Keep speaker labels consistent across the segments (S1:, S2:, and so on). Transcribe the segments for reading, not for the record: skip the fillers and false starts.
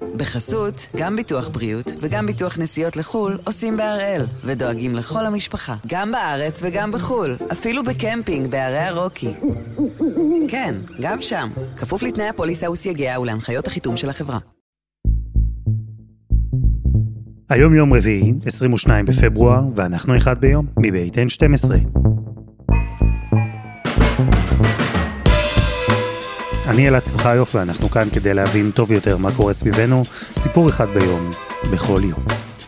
S1: בחסות, גם ביטוח בריאות וגם ביטוח נסיעות לחול עושים בהראל, ודואגים לכל המשפחה, גם בארץ וגם בחול, אפילו בקמפינג בערי הרוקי. כן, גם שם, כפוף לתנאי הפוליסה וסייגיה ולהנחיות החיתום של החברה.
S2: היום יום רביעי, 22 בפברואר, ואנחנו אחד ביום, מבית N12. אני אלעד שמחיוף, ואנחנו כאן כדי להבין טוב יותר מה קורה סביבנו, סיפור אחד ביום, בכל יום.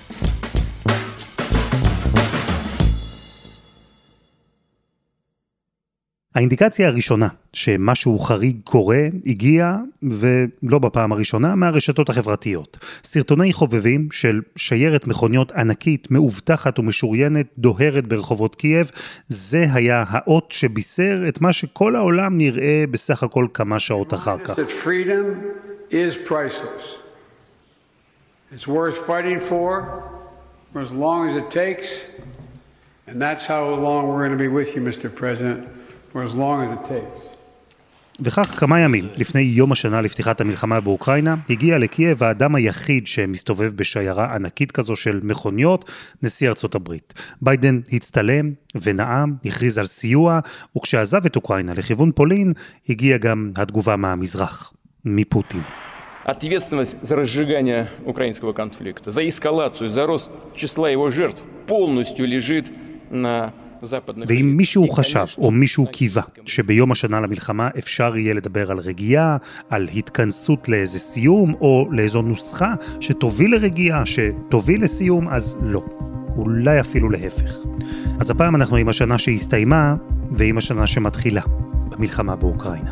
S2: האינדיקציה הראשונה שמשהו חריג קורה הגיע, ולא בפעם הראשונה, מהרשתות החברתיות. סרטוני חובבים של שיירת מכוניות ענקית, מאובטחת ומשוריינת, דוהרת ברחובות קייב, זה היה האות שבישר את מה שכל העולם נראה בסך הכל כמה שעות אחר כך.
S3: Freedom is priceless. It's worth fighting for as long as it takes, and that's how long we're going to be with you, Mr. President. For as long as it takes.
S2: וכך כמה ימים לפני יום השנה לפתיחת המלחמה באוקראינה, הגיע לקייב האדם היחיד שמסתובב בשיירה ענקית כזו של מכוניות, נשיא ארצות הברית. ביידן הצטלם ונאם, הכריז על סיוע, וכשעזב את אוקראינה לכיוון פולין, הגיעה גם התגובה מהמזרח, מפוטין.
S4: Ответственность за разжигание украинского конфликта, за эскалацию, за рост числа его жертв полностью лежит на
S2: ואם מישהו חשב או מישהו קיווה שביום השנה למלחמה אפשר יהיה לדבר על רגיעה, על התכנסות לאיזה סיום או לאיזו נוסחה שתוביל לרגיעה, שתוביל לסיום, אז לא. אולי אפילו להפך. אז הפעם אנחנו עם השנה שהסתיימה ועם השנה שמתחילה במלחמה באוקראינה.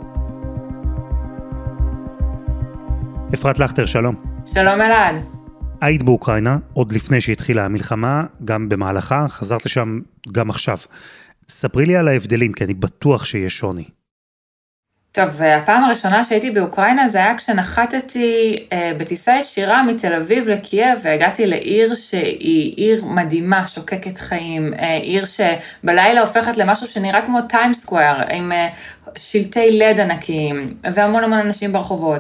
S2: אפרת לכטר, שלום.
S5: שלום אלעד.
S2: היית באוקראינה, עוד לפני שהתחילה המלחמה, גם במהלכה, חזרת לשם גם עכשיו. ספרי לי על ההבדלים, כי אני בטוח שיש שוני.
S5: טוב, הפעם הראשונה שהייתי באוקראינה, זה היה כשנחתתי בטיסה ישירה מתל אביב לקייב, והגעתי לעיר שהיא עיר מדהימה, שוקקת חיים, עיר שבלילה הופכת למשהו שנראה כמו טיים סקוואר, עם שלטי לד ענקיים, והמון המון אנשים ברחובות.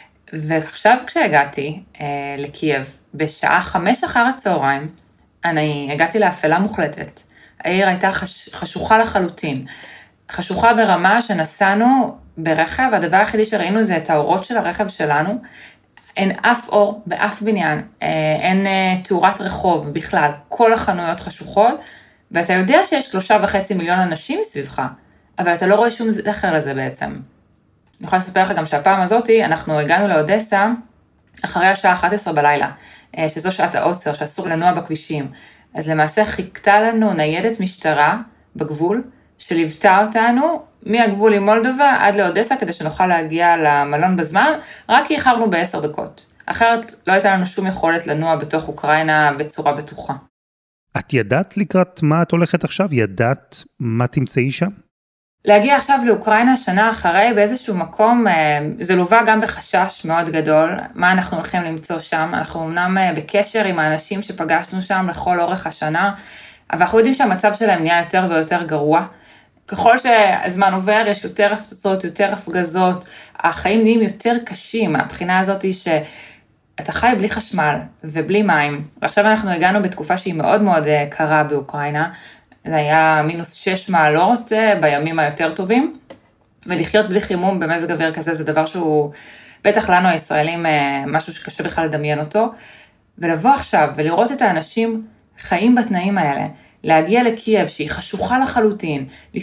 S5: ועכשיו כשהגעתי לקייב, בשעה 5 אחר הצהריים, אני הגעתי לאפלה מוחלטת. העיר הייתה חשוכה לחלוטין. חשוכה ברמה שנסענו ברכב, הדבר היחידי שראינו זה את האורות של הרכב שלנו. אין אף אור באף בניין, אין תאורת רחוב בכלל, כל החנויות חשוכות, ואתה יודע שיש 3.5 מיליון אנשים מסביבך, אבל אתה לא רואה שום זכר לזה בעצם. אני יכולה לספר לך גם שהפעם הזאת, אנחנו הגענו לאודסה אחרי השעה 11 בלילה, שזו שעת העוצר, שאסור לנוע בכבישים. אז למעשה חיכתה לנו ניידת משטרה בגבול, שליוותה אותנו מהגבול עם מולדובה עד לאודסה, כדי שנוכל להגיע למלון בזמן, רק כי איחרנו ב10 דקות. אחרת לא הייתה לנו שום יכולת לנוע בתוך אוקראינה בצורה בטוחה.
S2: את ידעת לקראת מה את הולכת עכשיו? ידעת מה תמצאי שם?
S5: להגיע עכשיו לאוקראינה שנה אחרי באיזשהו מקום, זה לווה גם בחשש מאוד גדול, מה אנחנו הולכים למצוא שם. אנחנו אמנם בקשר עם האנשים שפגשנו שם לכל אורך השנה, אבל אנחנו יודעים שהמצב שלהם נהיה יותר ויותר גרוע. ככל שהזמן עובר, יש יותר הפצצות, יותר הפגזות, החיים נהיים יותר קשים, מהבחינה הזאת שאתה חי בלי חשמל ובלי מים, ועכשיו אנחנו הגענו בתקופה שהיא מאוד מאוד קרה באוקראינה, זה היה -6 מעלות בימים היותר טובים, ולחיות בלי חימום במזג אוויר כזה, זה דבר שהוא, בטח לנו הישראלים, משהו שקשה בכלל לדמיין אותו, ולבוא עכשיו ולראות את האנשים חיים בתנאים האלה, להגיע לקייב שהיא חשוכה לחלוטין,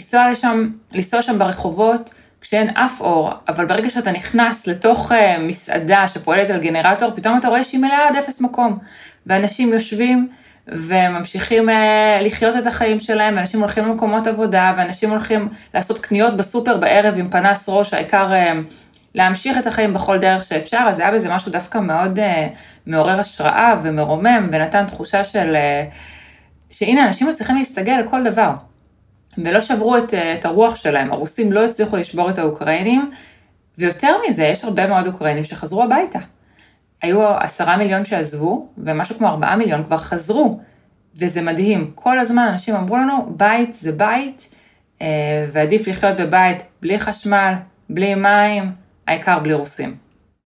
S5: לנסוע שם ברחובות כשאין אף אור, אבל ברגע שאתה נכנס לתוך מסעדה שפועלת על גנרטור, פתאום אתה רואה שהיא מלאה עד 0 מקום, ואנשים יושבים וממשיכים לחיות את החיים שלהם, ואנשים הולכים למקומות עבודה, ואנשים הולכים לעשות קניות בסופר בערב עם פנס ראש, העיקר להמשיך את החיים בכל דרך שאפשר. אז זה היה בזה משהו דווקא מאוד מעורר השראה ומרומם, ונתן תחושה שהנה אנשים מצליחים להסתגל לכל דבר, ולא שברו את הרוח שלהם. הרוסים לא הצליחו לשבור את האוקראינים, ויותר מזה יש הרבה מאוד אוקראינים שחזרו הביתה. היו 10 מיליון שעזבו, ומשהו כמו 4 מיליון כבר חזרו, וזה מדהים. כל הזמן אנשים אמרו לנו, בית זה בית, ועדיף לחיות בבית בלי חשמל, בלי מים, העיקר בלי רוסים.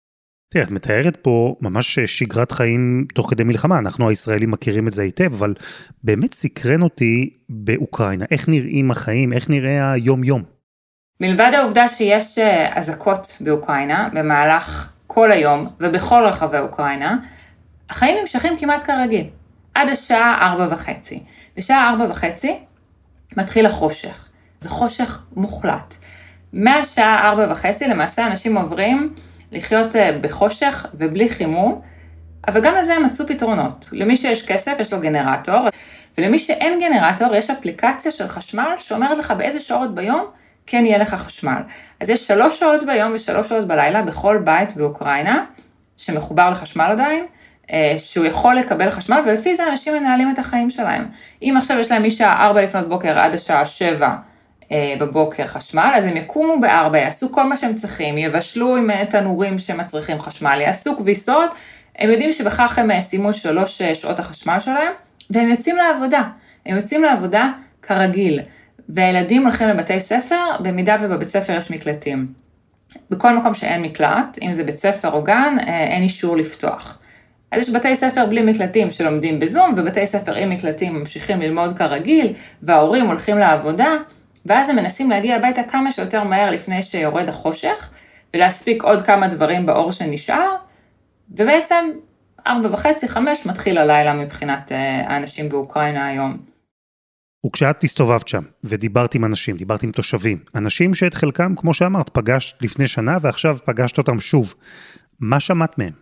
S2: תראה, את מתארת פה ממש שגרת חיים תוך כדי מלחמה, אנחנו הישראלים מכירים את זה היטב, אבל באמת סקרן אותי באוקראינה, איך נראים החיים, איך נראה היום-יום?
S5: מלבד העובדה שיש אזעקות באוקראינה במהלך כל היום ובכל רחבי אוקראינה, החיים נמשכים כמעט כרגיל, עד השעה 4:30. בשעה 4:30 מתחיל החושך, זה חושך מוחלט. מהשעה 4:30 למעשה אנשים עוברים לחיות בחושך ובלי חימום, אבל גם לזה הם מצאו פתרונות. למי שיש כסף יש לו גנרטור, ולמי שאין גנרטור יש אפליקציה של חשמל שאומרת לך באיזה שעות ביום כן יהיה לך חשמל. אז יש 3 שעות ביום ו3 שעות בלילה בכל בית באוקראינה, שמחובר לחשמל עדיין, שהוא יכול לקבל חשמל, ולפי זה אנשים מנהלים את החיים שלהם. אם עכשיו יש להם משעה 4 לפנות בוקר עד השעה 7 בבוקר חשמל, אז הם יקומו ב4, יעשו כל מה שהם צריכים, יבשלו עם תנורים שמצריכים חשמל, יעשו כביסות, הם יודעים שבכך הם סיימו 3 שעות החשמל שלהם, והם יוצאים לעבודה. הם יוצאים לעבודה כרגיל. והילדים הולכים לבתי ספר, במידה ובבית ספר יש מקלטים. בכל מקום שאין מקלט, אם זה בית ספר או גן, אין אישור לפתוח. אז יש בתי ספר בלי מקלטים שלומדים בזום, ובתי ספר עם מקלטים ממשיכים ללמוד כרגיל, וההורים הולכים לעבודה, ואז הם מנסים להגיע הביתה כמה שיותר מהר לפני שיורד החושך, ולהספיק עוד כמה דברים באור שנשאר, ובעצם 4:30-5 מתחיל הלילה מבחינת האנשים באוקראינה היום.
S2: וכשאת הסתובבת שם, ודיברת עם אנשים, דיברת עם תושבים, אנשים שאת חלקם, כמו שאמרת, פגשת לפני שנה, ועכשיו פגשת אותם שוב. מה שמעת מהם?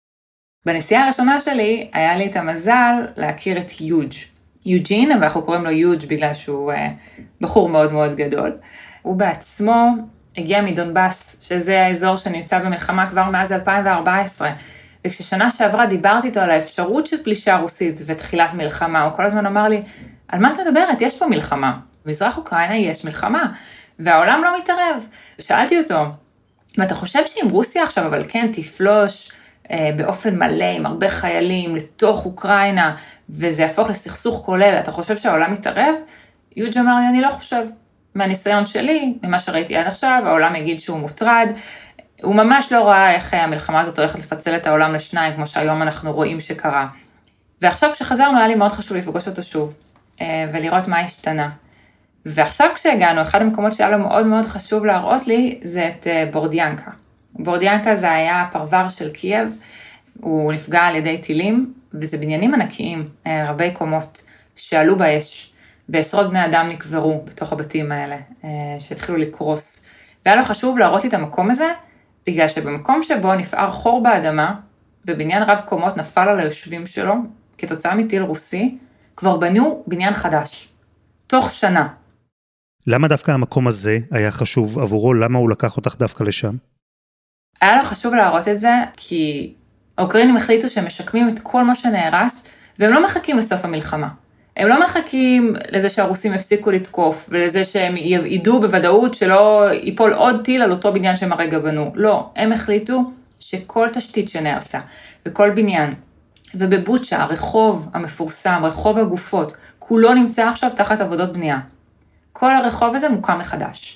S5: בנסיעה הראשונה שלי, היה לי את המזל להכיר את יוג'ין, ואנחנו קוראים לו יוג' בגלל שהוא בחור מאוד מאוד גדול. הוא בעצמו הגיע מדונבאס, שזה האזור שנמצא במלחמה כבר מאז 2014, וכששנה שעברה דיברתי איתו על האפשרות של פלישה רוסית ותחילת מלחמה, הוא כל הזמן אמר לי, על מה את מדברת? יש פה מלחמה. במזרח אוקראינה יש מלחמה, והעולם לא מתערב. שאלתי אותו, ואתה חושב שאם רוסיה עכשיו, אבל כן תפלוש באופן מלא, עם הרבה חיילים, לתוך אוקראינה, וזה יהפוך לסכסוך כולל, אתה חושב שהעולם מתערב? יוג' אמר לי, אני לא חושב. מהניסיון שלי, ממה שראיתי עד עכשיו, העולם יגיד שהוא מוטרד, הוא ממש לא ראה איך המלחמה הזאת הולכת לפצל את העולם לשניים, כמו שהיום אנחנו רואים שקרה. ועכשיו כשחזרנו, היה לי מאוד חשוב לפגוש אותו שוב. ולראות מה השתנה. ועכשיו כשהגענו, אחד המקומות שהיה לו מאוד מאוד חשוב להראות לי, זה את בורדיאנקה. בורדיאנקה זה היה פרבר של קייב, הוא נפגע על ידי טילים, וזה בניינים ענקיים, רבי קומות, שעלו באש, ועשרות בני אדם נקברו בתוך הבתים האלה, שהתחילו לקרוס. והיה לו חשוב להראות לי את המקום הזה, בגלל שבמקום שבו נפער חור באדמה, ובניין רב קומות נפל על היושבים שלו, כתוצאה מטיל רוסי, כבר בנו בניין חדש, תוך שנה.
S2: למה דווקא המקום הזה היה חשוב עבורו? למה הוא לקח אותך דווקא לשם?
S5: היה לו חשוב להראות את זה, כי האוקראינים החליטו שהם משקמים את כל מה שנהרס, והם לא מחכים לסוף המלחמה. הם לא מחכים לזה שהרוסים הפסיקו לתקוף, ולזה שהם ידעו בוודאות שלא ייפול עוד טיל על אותו בניין שהם הרגע בנו. לא, הם החליטו שכל תשתית שנהרסה, וכל בניין, ובבוצ'ה, הרחוב המפורסם, רחוב הגופות, כולו נמצא עכשיו תחת עבודות בנייה. כל הרחוב הזה מוקם מחדש.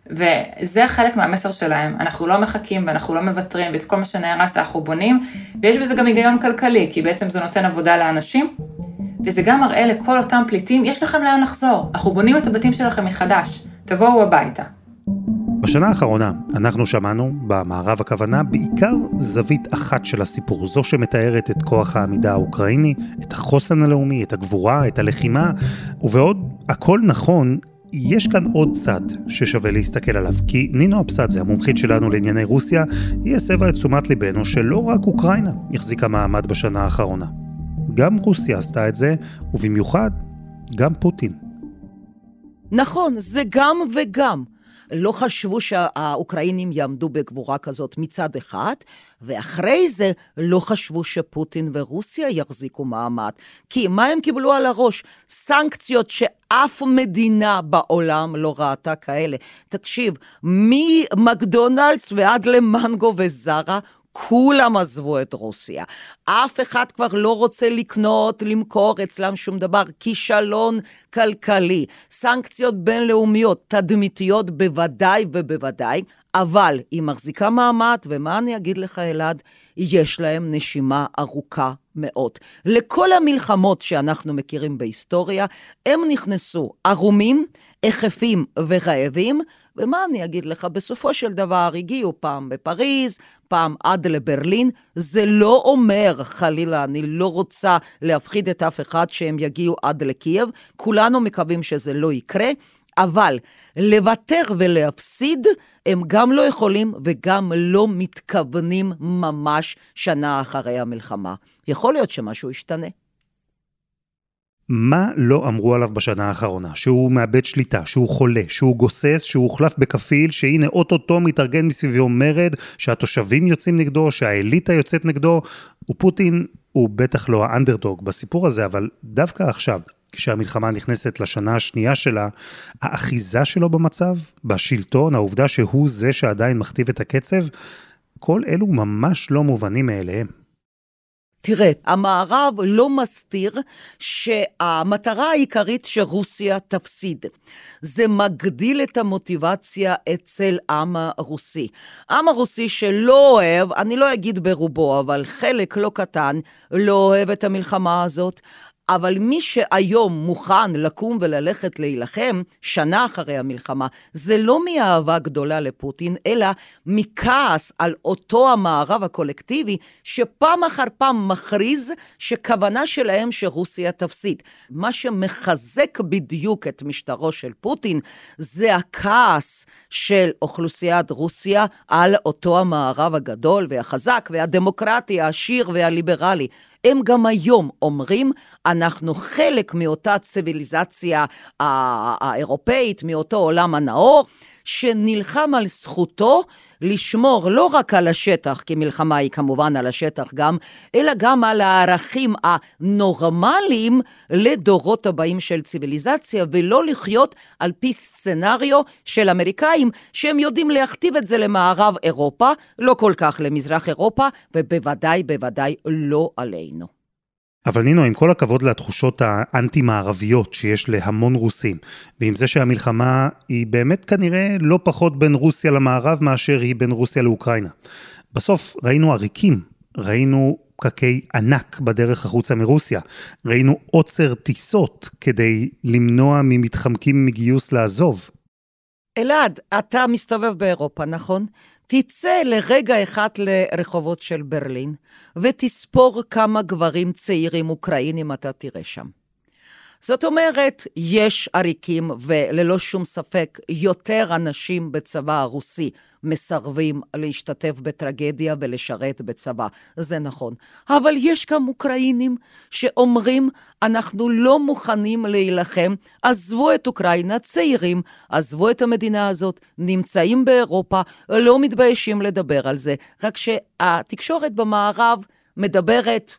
S5: וזה חלק מהמסר שלהם. אנחנו לא מחכים ואנחנו לא מוותרים, ואת כל מה שנהרס אנחנו בונים, ויש בזה גם היגיון כלכלי, כי בעצם זה נותן עבודה לאנשים, וזה גם מראה לכל אותם פליטים, יש לכם לאן לחזור. אנחנו בונים את הבתים שלכם מחדש. תבואו הביתה.
S2: בשנה האחרונה אנחנו שמענו, במערב הכוונה, בעיקר זווית אחת של הסיפור, זו שמתארת את כוח העמידה האוקראיני, את החוסן הלאומי, את הגבורה, את הלחימה, ובעוד הכל נכון, יש כאן עוד צד ששווה להסתכל עליו, כי נינו אבסדזה, המומחית שלנו לענייני רוסיה, היא הסבה את תשומת ליבנו שלא רק אוקראינה החזיקה מעמד בשנה האחרונה. גם רוסיה עשתה את זה, ובמיוחד גם פוטין.
S6: נכון, זה גם וגם. לא חשבו שהאוקראינים יעמדו בגבורה כזאת מצד אחד, ואחרי זה לא חשבו שפוטין ורוסיה יחזיקו מעמד. כי מה הם קיבלו על הראש? סנקציות שאף מדינה בעולם לא ראתה כאלה. תקשיב, ממקדונלדס ועד למנגו וזרה, כולם עזבו את רוסיה. אף אחד כבר לא רוצה לקנות, למכור אצלם שום דבר. כישלון כלכלי, סנקציות בינלאומיות, תדמיתיות בוודאי ובוודאי. אבל היא מחזיקה מעמד, ומה אני אגיד לך אלעד? יש להם נשימה ארוכה מאוד. לכל המלחמות שאנחנו מכירים בהיסטוריה, הם נכנסו ערומים, החפים ורעבים, ומה אני אגיד לך? בסופו של דבר הגיעו פעם בפריז, פעם עד לברלין. זה לא אומר, חלילה, אני לא רוצה להפחיד את אף אחד שהם יגיעו עד לקייב, כולנו מקווים שזה לא יקרה, אבל לוותר ולהפסיד הם גם לא יכולים וגם לא מתכוונים ממש שנה אחרי המלחמה. יכול להיות שמשהו ישתנה.
S2: מה לא אמרו עליו בשנה האחרונה? שהוא מאבד שליטה, שהוא חולה, שהוא גוסס, שהוא הוחלף בכפיל, שהנה אוטוטו מתארגן מסביבו מרד, שהתושבים יוצאים נגדו, שהאליטה יוצאת נגדו, ופוטין הוא בטח לא האנדרדוג בסיפור הזה, אבל דווקא עכשיו, כשהמלחמה נכנסת לשנה השנייה שלה, האחיזה שלו במצב, בשלטון, העובדה שהוא זה שעדיין מכתיב את הקצב, כל אלו ממש לא מובנים מאליהם.
S6: תראה, המערב לא מסתיר שהמטרה העיקרית שרוסיה תפסיד. זה מגדיל את המוטיבציה אצל עם הרוסי. עם הרוסי שלא אוהב, אני לא אגיד ברובו, אבל חלק לא קטן, לא אוהב את המלחמה הזאת. אבל מי שהיום מוכן לקום וללכת להילחם שנה אחרי המלחמה, זה לא מאהבה גדולה לפוטין, אלא מכעס על אותו המערב הקולקטיבי, שפעם אחר פעם מכריז שכוונה שלהם שרוסיה תפסיד. מה שמחזק בדיוק את משטרו של פוטין, זה הכעס של אוכלוסיית רוסיה על אותו המערב הגדול והחזק והדמוקרטי, העשיר והליברלי. הם גם היום אומרים, אנחנו חלק מאותה ציוויליזציה האירופאית, מאותו עולם הנאור, שנלחם על זכותו לשמור לא רק על השטח, כי מלחמה היא כמובן על השטח גם, אלא גם על הערכים הנורמליים לדורות הבאים של ציוויליזציה, ולא לחיות על פי סצנריו של אמריקאים, שהם יודעים להכתיב את זה למערב אירופה, לא כל כך למזרח אירופה, ובוודאי לא עלינו.
S2: אבל נינו, עם כל הכבוד לתחושות האנטי-מערביות שיש להמון רוסים, ועם זה שהמלחמה היא באמת כנראה לא פחות בין רוסיה למערב מאשר היא בין רוסיה לאוקראינה. בסוף ראינו עריקים, ראינו פקקי ענק בדרך החוצה מרוסיה, ראינו עוצר טיסות כדי למנוע ממתחמקים מגיוס לעזוב.
S6: אלעד, אתה מסתובב באירופה, נכון? תצא לרגע אחד לרחובות של ברלין, ותספור כמה גברים צעירים אוקראינים אתה תראה שם. זאת אומרת, יש עריקים וללא שום ספק יותר אנשים בצבא הרוסי מסרבים להשתתף בטרגדיה ולשרת בצבא. זה נכון. אבל יש גם אוקראינים שאומרים, אנחנו לא מוכנים להילחם, עזבו את אוקראינה, צעירים, עזבו את המדינה הזאת, נמצאים באירופה, לא מתביישים לדבר על זה. רק שהתקשורת במערב מדברת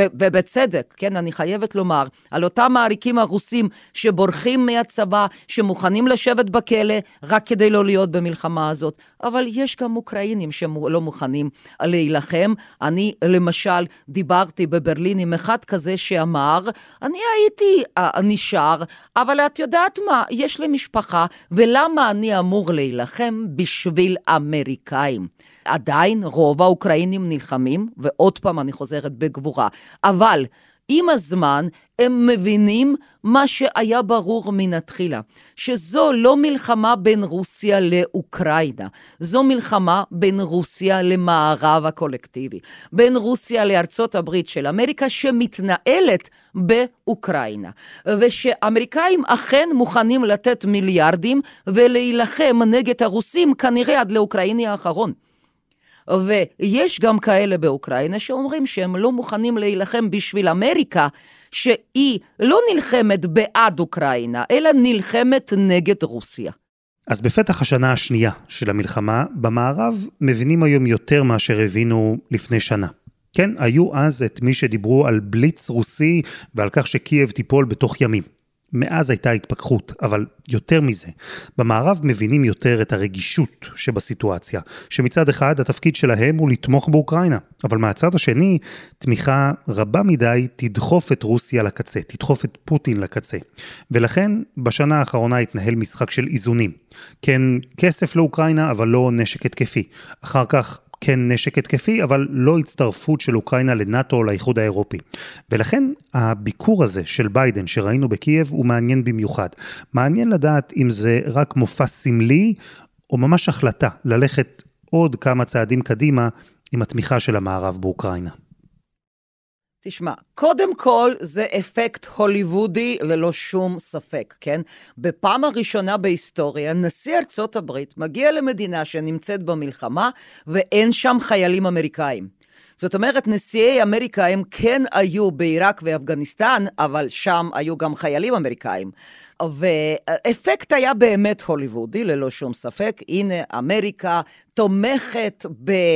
S6: ובצדק, כן, אני חייבת לומר, על אותם העריקים הרוסים שבורחים מהצבא, שמוכנים לשבת בכלא, רק כדי לא להיות במלחמה הזאת. אבל יש גם אוקראינים שלא מוכנים להילחם. אני, למשל, דיברתי בברלין עם אחד כזה שאמר, אני הייתי נשאר, אבל את יודעת מה, יש לי משפחה, ולמה אני אמור להילחם בשביל אמריקאים? עדיין רוב האוקראינים נלחמים, ועוד פעם אני חוזרת בגבורה, אבל עם הזמן הם מבינים מה שהיה ברור מן התחילה, שזו לא מלחמה בין רוסיה לאוקראינה, זו מלחמה בין רוסיה למערב הקולקטיבי, בין רוסיה לארצות הברית של אמריקה שמתנהלת באוקראינה, ושאמריקאים אכן מוכנים לתת מיליארדים ולהילחם נגד הרוסים כנראה עד לאוקראיני האחרון. ויש גם כאלה באוקראינה שאומרים שהם לא מוכנים להילחם בשביל אמריקה, שהיא לא נלחמת בעד אוקראינה, אלא נלחמת נגד רוסיה.
S2: אז בפתח השנה השנייה של המלחמה, במערב מבינים היום יותר מאשר הבינו לפני שנה. כן, היו אז את מי שדיברו על בליץ רוסי ועל כך שקייב תיפול בתוך ימים. מאז הייתה התפכחות, אבל יותר מזה. במערב מבינים יותר את הרגישות שבסיטואציה, שמצד אחד התפקיד שלהם הוא לתמוך באוקראינה, אבל מהצד השני, תמיכה רבה מדי תדחוף את רוסיה לקצה, תדחוף את פוטין לקצה. ולכן בשנה האחרונה התנהל משחק של איזונים. כן, כסף לאוקראינה, אבל לא נשק התקפי. אחר כך כן נשק התקפי, אבל לא הצטרפות של אוקראינה לנאטו או לאיחוד האירופי. ולכן הביקור הזה של ביידן שראינו בקייב הוא מעניין במיוחד. מעניין לדעת אם זה רק מופע סמלי, או ממש החלטה ללכת עוד כמה צעדים קדימה עם התמיכה של המערב באוקראינה.
S6: תשמע, קודם כל זה אפקט הוליוודי ללא שום ספק, כן? בפעם הראשונה בהיסטוריה, נשיא ארצות הברית מגיע למדינה שנמצאת במלחמה, ואין שם חיילים אמריקאים. זאת אומרת, נשיאי אמריקאים כן היו בעיראק ואפגניסטן, אבל שם היו גם חיילים אמריקאים. ואפקט היה באמת הוליוודי, ללא שום ספק. הנה, אמריקה תומכת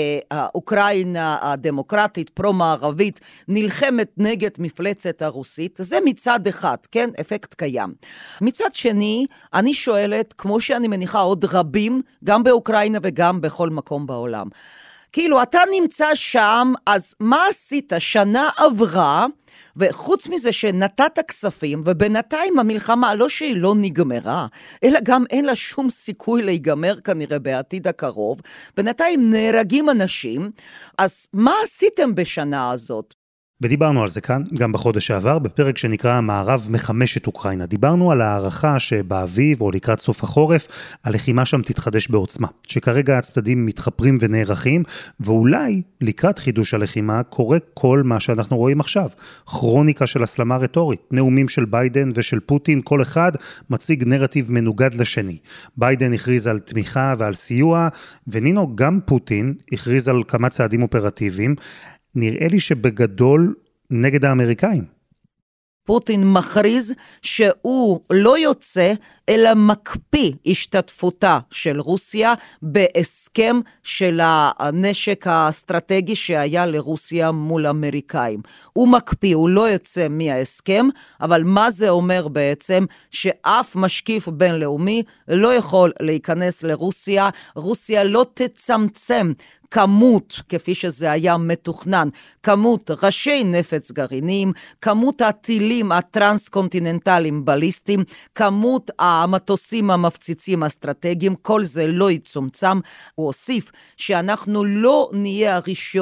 S6: באוקראינה הדמוקרטית, פרו-מערבית, נלחמת נגד מפלצת הרוסית. זה מצד אחד, כן? אפקט קיים. מצד שני, אני שואלת, כמו שאני מניחה עוד רבים, גם באוקראינה וגם בכל מקום בעולם. כאילו, אתה נמצא שם, אז מה עשית? שנה עברה, וחוץ מזה שנתת כספים, ובינתיים המלחמה לא שהיא לא נגמרה, אלא גם אין לה שום סיכוי להיגמר כנראה בעתיד הקרוב, בינתיים נהרגים אנשים, אז מה עשיתם בשנה הזאת?
S2: ודיברנו על זה כאן, גם בחודש שעבר, בפרק שנקרא המערב מחמש את אוקראינה. דיברנו על הערכה שבאביב או לקראת סוף החורף, הלחימה שם תתחדש בעוצמה. שכרגע הצדדים מתחפרים ונערכים, ואולי לקראת חידוש הלחימה קורה כל מה שאנחנו רואים עכשיו. כרוניקה של הסלמה רטורית, נאומים של ביידן ושל פוטין, כל אחד מציג נרטיב מנוגד לשני. ביידן הכריז על תמיכה ועל סיוע, ונינו גם פוטין הכריז על כמה צעדים אופרטיביים, נראה לי שבגדול נגד האמריקאים.
S6: פוטין מכריז שהוא לא יוצא, אלא מקפיא השתתפותה של רוסיה בהסכם של הנשק האסטרטגי שהיה לרוסיה מול אמריקאים. הוא מקפיא, הוא לא יוצא מההסכם, אבל מה זה אומר בעצם? שאף משקיף בינלאומי לא יכול להיכנס לרוסיה, רוסיה לא תצמצם כמות, כפי שזה היה מתוכנן, כמות ראשי נפץ גרעיניים, כמות הטילים הטרנס-קונטיננטליים בליסטיים, כמות המטוסים המפציצים האסטרטגיים, כל זה לא יצומצם. הוא הוסיף שאנחנו לא נהיה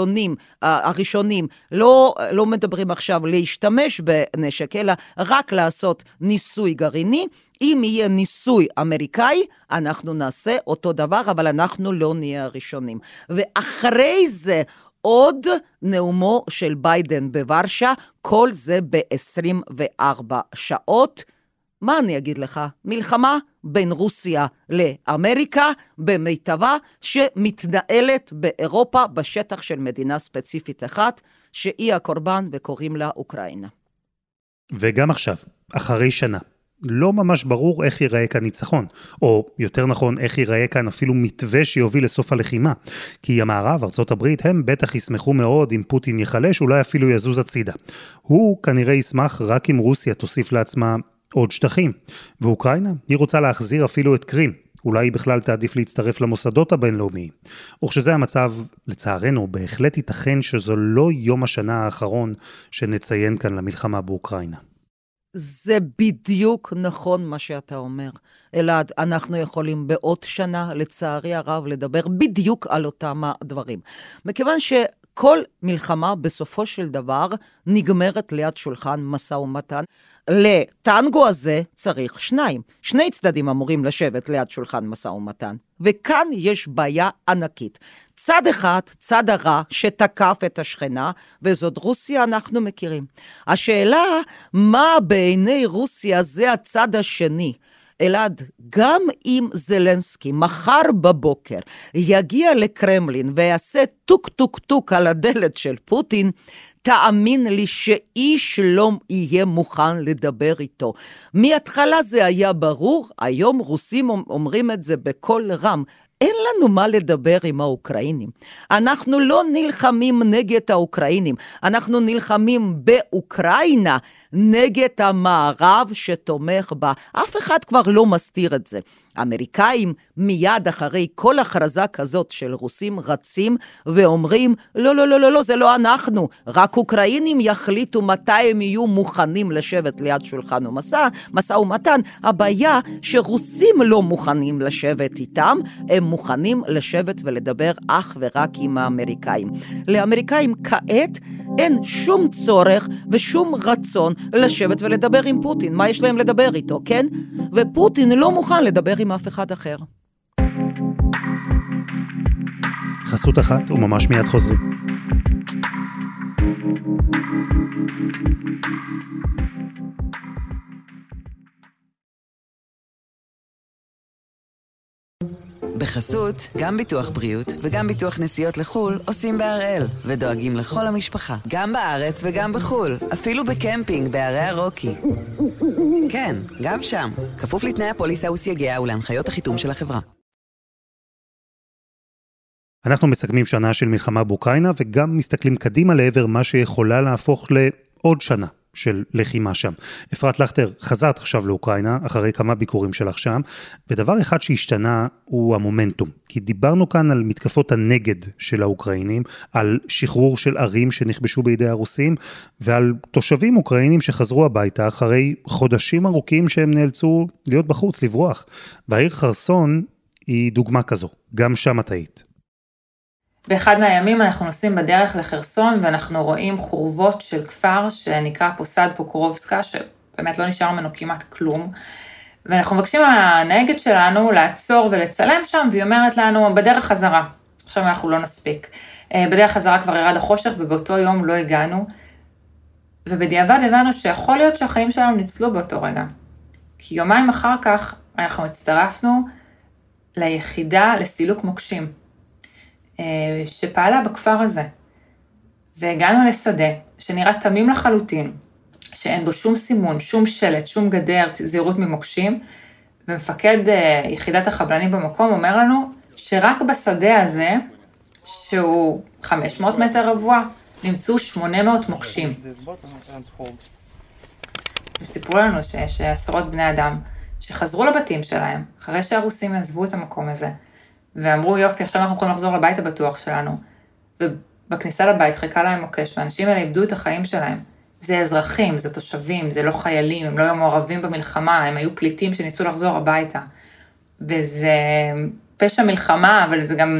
S6: הראשונים, לא מדברים עכשיו להשתמש בנשק, אלא רק לעשות ניסוי גרעיני. אם יהיה ניסוי אמריקאי, אנחנו נעשה אותו דבר, אבל אנחנו לא נהיה הראשונים. ואחרי זה עוד נאומו של ביידן בוורשה, כל זה ב-24 שעות. מה אני אגיד לך? מלחמה בין רוסיה לאמריקה במיטבה שמתנהלת באירופה בשטח של מדינה ספציפית אחת, שהיא הקורבן וקוראים לה אוקראינה.
S2: וגם עכשיו, אחרי שנה, לא ממש ברור איך ייראה כאן ניצחון, או יותר נכון, איך ייראה כאן אפילו מתווה שיוביל לסוף הלחימה. כי המערב, ארצות הברית, הם בטח ישמחו מאוד אם פוטין יחלש, אולי אפילו יזוז הצידה. הוא כנראה ישמח רק אם רוסיה תוסיף לעצמה עוד שטחים. ואוקראינה, היא רוצה להחזיר אפילו את קרים. אולי היא בכלל תעדיף להצטרף למוסדות הבינלאומיים. וכשזה המצב, לצערנו, בהחלט ייתכן שזו לא יום השנה האחרון שנציין כאן למלחמה באוקראינה.
S6: זה בדיוק נכון מה שאתה אומר. אלעד, אנחנו יכולים בעוד שנה, לצערי הרב, לדבר בדיוק על אותם הדברים. מכיוון שכל מלחמה בסופו של דבר נגמרת ליד שולחן משא ומתן. לטנגו הזה צריך שניים. שני צדדים אמורים לשבת ליד שולחן משא ומתן. וכאן יש בעיה ענקית. צד אחד, צד הרע, שתקף את השכנה, וזאת רוסיה אנחנו מכירים. השאלה, מה בעיני רוסיה זה הצד השני? אלעד, גם אם זלנסקי מחר בבוקר יגיע לקרמלין ויעשה טוק טוק טוק על הדלת של פוטין, תאמין לי שאיש לא יהיה מוכן לדבר איתו. מההתחלה זה היה ברור, היום רוסים אומרים את זה בכל רם, אין לנו מה לדבר עם האוקראינים. אנחנו לא נלחמים נגד האוקראינים, אנחנו נלחמים באוקראינה נגד המערב שתומך בה. אף אחד כבר לא מסתיר את זה. האמריקאים מיד אחרי כל הכרזה כזאת של רוסים רצים ואומרים, לא, זה לא אנחנו, רק אוקראינים יחליטו מתי הם יהיו מוכנים לשבת ליד שולחן ומשא ומתן. הבעיה שרוסים לא מוכנים לשבת איתם, הם מוכנים לשבת ולדבר אך ורק עם האמריקאים. לאמריקאים כעת אין שום צורך ושום רצון לשבת ולדבר עם פוטין. מה יש להם לדבר איתו, כן? ופוטין לא מוכן לדבר עם אף אחד אחר.
S2: חסות אחת וממש מיד חוזרים.
S1: בחסות, גם ביטוח בריאות וגם ביטוח נסיעות לחול עושים בהראל ודואגים לכל המשפחה, גם בארץ וגם בחול, אפילו בקמפינג בערי הרוקי. כן, גם שם, כפוף לתנאי הפוליסה וסייגיה ולהנחיות החיתום של החברה.
S2: אנחנו מסכמים שנה של מלחמה באוקראינה וגם מסתכלים קדימה לעבר מה שיכולה להפוך לעוד שנה של לחימה שם. אפרת לכטר, חזרת עכשיו לאוקראינה, אחרי כמה ביקורים שלך שם, ודבר אחד שהשתנה הוא המומנטום. כי דיברנו כאן על מתקפות הנגד של האוקראינים, על שחרור של ערים שנכבשו בידי הרוסים, ועל תושבים אוקראינים שחזרו הביתה אחרי חודשים ארוכים שהם נאלצו להיות בחוץ, לברוח. והעיר חרסון היא דוגמה כזו. גם שם את היית.
S5: באחד מהימים אנחנו נוסעים בדרך לחרסון, ואנחנו רואים חורבות של כפר שנקרא פוסד פוקרובסקה, שבאמת לא נשאר ממנו כמעט כלום, ואנחנו מבקשים מהנהגת שלנו לעצור ולצלם שם, והיא אומרת לנו, בדרך חזרה. עכשיו אנחנו לא נספיק. בדרך חזרה כבר ירד החושך, ובאותו יום לא הגענו, ובדיעבד הבנו שיכול להיות שהחיים שלנו ניצלו באותו רגע. כי יומיים אחר כך אנחנו הצטרפנו ליחידה לסילוק מוקשים, שפעלה בכפר הזה, והגענו לשדה שנראה תמים לחלוטין, שאין בו שום סימון, שום שלט, שום גדר, זהירות ממוקשים, ומפקד יחידת החבלנים במקום אומר לנו שרק בשדה הזה, שהוא 500 מטר רבוע, נמצאו 800 מוקשים. וסיפרו לנו שיש עשרות בני אדם שחזרו לבתים שלהם, אחרי שהרוסים עזבו את המקום הזה, ואמרו, יופי, עכשיו אנחנו יכולים לחזור לבית הבטוח שלנו. ובכניסה לבית חיכה להם מוקש, והאנשים האלה איבדו את החיים שלהם. זה אזרחים, זה תושבים, זה לא חיילים, הם לא היו מעורבים במלחמה, הם היו פליטים שניסו לחזור הביתה. וזה פשע מלחמה, אבל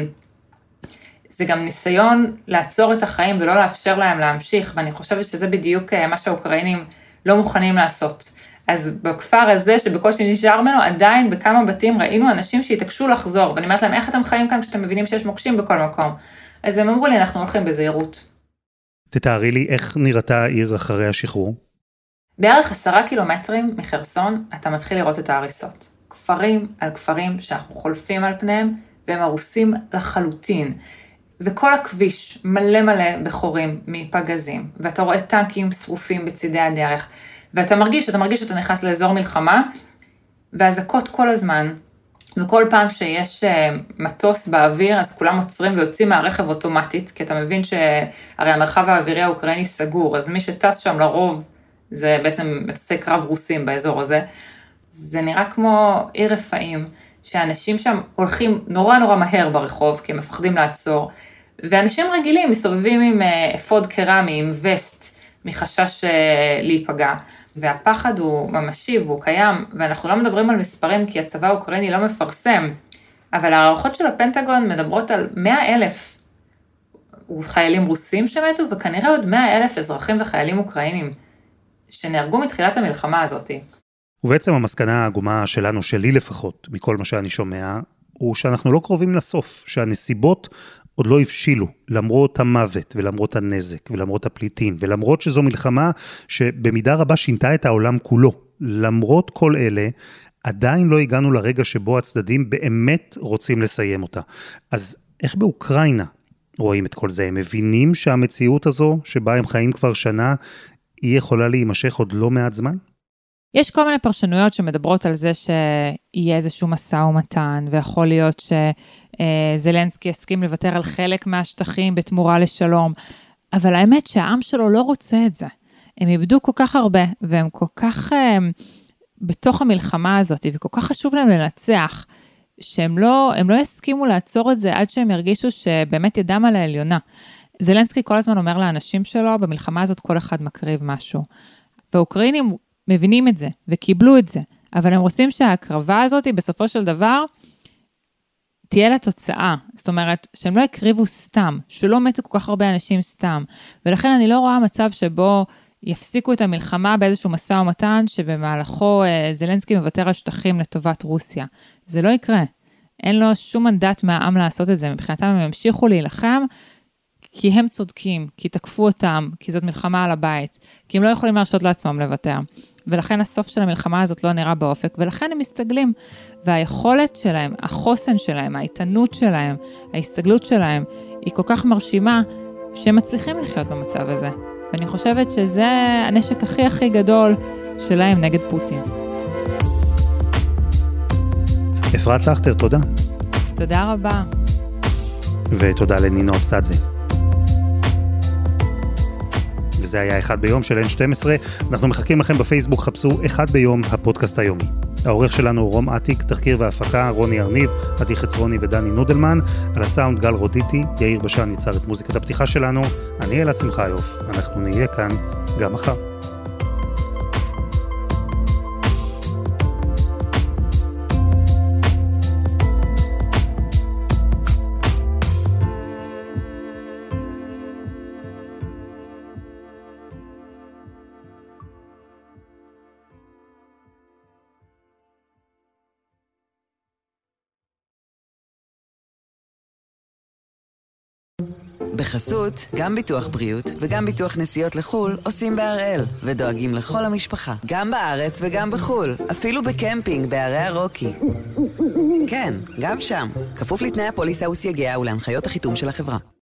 S5: זה גם ניסיון לעצור את החיים ולא לאפשר להם להמשיך, ואני חושבת שזה בדיוק מה שהאוקראינים לא מוכנים לעשות. אז בכפר הזה, שבקושי נשאר ממנו, עדיין בכמה בתים ראינו אנשים שהתעקשו לחזור, ואני אומרת להם, איך אתם חיים כאן כשאתם מבינים שיש מוקשים בכל מקום? אז הם אמרו לי, אנחנו הולכים בזהירות.
S2: תתארי לי איך נראתה העיר אחרי השחרור?
S5: בערך 10 קילומטרים מחרסון, אתה מתחיל לראות את ההריסות. כפרים על כפרים שאנחנו חולפים על פניהם, והם הרוסים לחלוטין. וכל הכביש מלא בחורים מפגזים, ואתה רואה טנקים שרופים בצידי הדרך, ואתה מרגיש שאתה נכנס לאזור מלחמה, והזקות כל הזמן, וכל פעם שיש מטוס באוויר, אז כולם עוצרים ויוצאים מהרכב אוטומטית, כי אתה מבין שהרי המרחב האווירי האוקראיני סגור, אז מי שטס שם לרוב, זה בעצם מטוסי קרב רוסים באזור הזה. זה נראה כמו עיר רפאים, שאנשים שם הולכים נורא מהר ברחוב, כי הם מפחדים לעצור, ואנשים רגילים מסתובבים עם אפוד קרמי, עם וסט, מחשש להיפגע, והפחד הוא ממשי והוא קיים, ואנחנו לא מדברים על מספרים כי הצבא האוקראיני לא מפרסם, אבל הערכות של הפנטגון מדברות על 100,000 חיילים רוסים שמתו, וכנראה עוד 100,000 אזרחים וחיילים אוקראינים שנהרגו מתחילת המלחמה הזאת.
S2: ובעצם המסקנה העגומה שלנו, שלי לפחות, מכל מה שאני שומע, הוא שאנחנו לא קרובים לסוף, שהנסיבות עוד לא הבשילו, למרות המוות ולמרות הנזק ולמרות הפליטים, ולמרות שזו מלחמה שבמידה רבה שינתה את העולם כולו. למרות כל אלה, עדיין לא הגענו לרגע שבו הצדדים באמת רוצים לסיים אותה. אז איך באוקראינה רואים את כל זה? הם מבינים שהמציאות הזו, שבה הם חיים כבר שנה, היא יכולה להימשך עוד לא מעט זמן?
S5: יש כל מיני פרשנויות שמדברות על זה שיהיה איזשהו משא ומתן, ויכול להיות שזלנסקי יסכים לוותר על חלק מהשטחים בתמורה לשלום, אבל האמת שהעם שלו לא רוצה את זה. הם איבדו כל כך הרבה, והם כל כך בתוך המלחמה הזאת, וכל כך חשוב להם לנצח, שהם לא יסכימו לעצור את זה עד שהם ירגישו שבאמת ידם על העליונה. זלנסקי כל הזמן אומר לאנשים שלו, במלחמה הזאת כל אחד מקריב משהו. והאוקראינים מבינים את זה, וקיבלו את זה, אבל הם רוצים שההקרבה הזאת, בסופו של דבר, תהיה לה תוצאה. זאת אומרת, שהם לא יקריבו סתם, שלא מתו כל כך הרבה אנשים סתם. ולכן אני לא רואה מצב שבו יפסיקו את המלחמה באיזשהו מסע ומתן, שבמהלכו זלנסקי מוותר על שטחים לטובת רוסיה. זה לא יקרה. אין לו שום מנדט מהעם לעשות את זה. מבחינתם הם ימשיכו להילחם, כי הם צודקים, כי תקפו אותם, כי זאת מלחמה על הבית, כי הם לא יכולים להרשות לעצמם לוותר. ולכן הסוף של המלחמה הזאת לא נראה באופק, ולכן הם מסתגלים. והיכולת שלהם, החוסן שלהם, האיתנות שלהם, ההסתגלות שלהם, היא כל כך מרשימה, שהם מצליחים לחיות במצב הזה. ואני חושבת שזה הנשק הכי גדול שלהם נגד פוטין.
S2: אפרת לכטר, תודה.
S5: תודה רבה.
S2: ותודה לנינו אבסדזה. וזה היה אחד ביום של N12. אנחנו מחכים לכם בפייסבוק, חפשו אחד ביום הפודקאסט היומי. העורך שלנו הוא רום עתיק, תחקיר והפקה רוני ארניב, עדי חצרוני ודני נודלמן, על הסאונד גל רודיטי, יאיר בשן ייצר את מוזיקת הפתיחה שלנו, אני אלעד שמחיוף, אנחנו נהיה כאן גם מחר.
S1: בחסות, גם ביטוח בריאות וגם ביטוח נסיעות לחול עושים בהראל ודואגים לכל המשפחה, גם בארץ וגם בחול, אפילו בקמפינג בערי הרוקי. כן, גם שם, כפוף לתנאי הפוליסה וסייגיה ולהנחיות החיתום של החברה.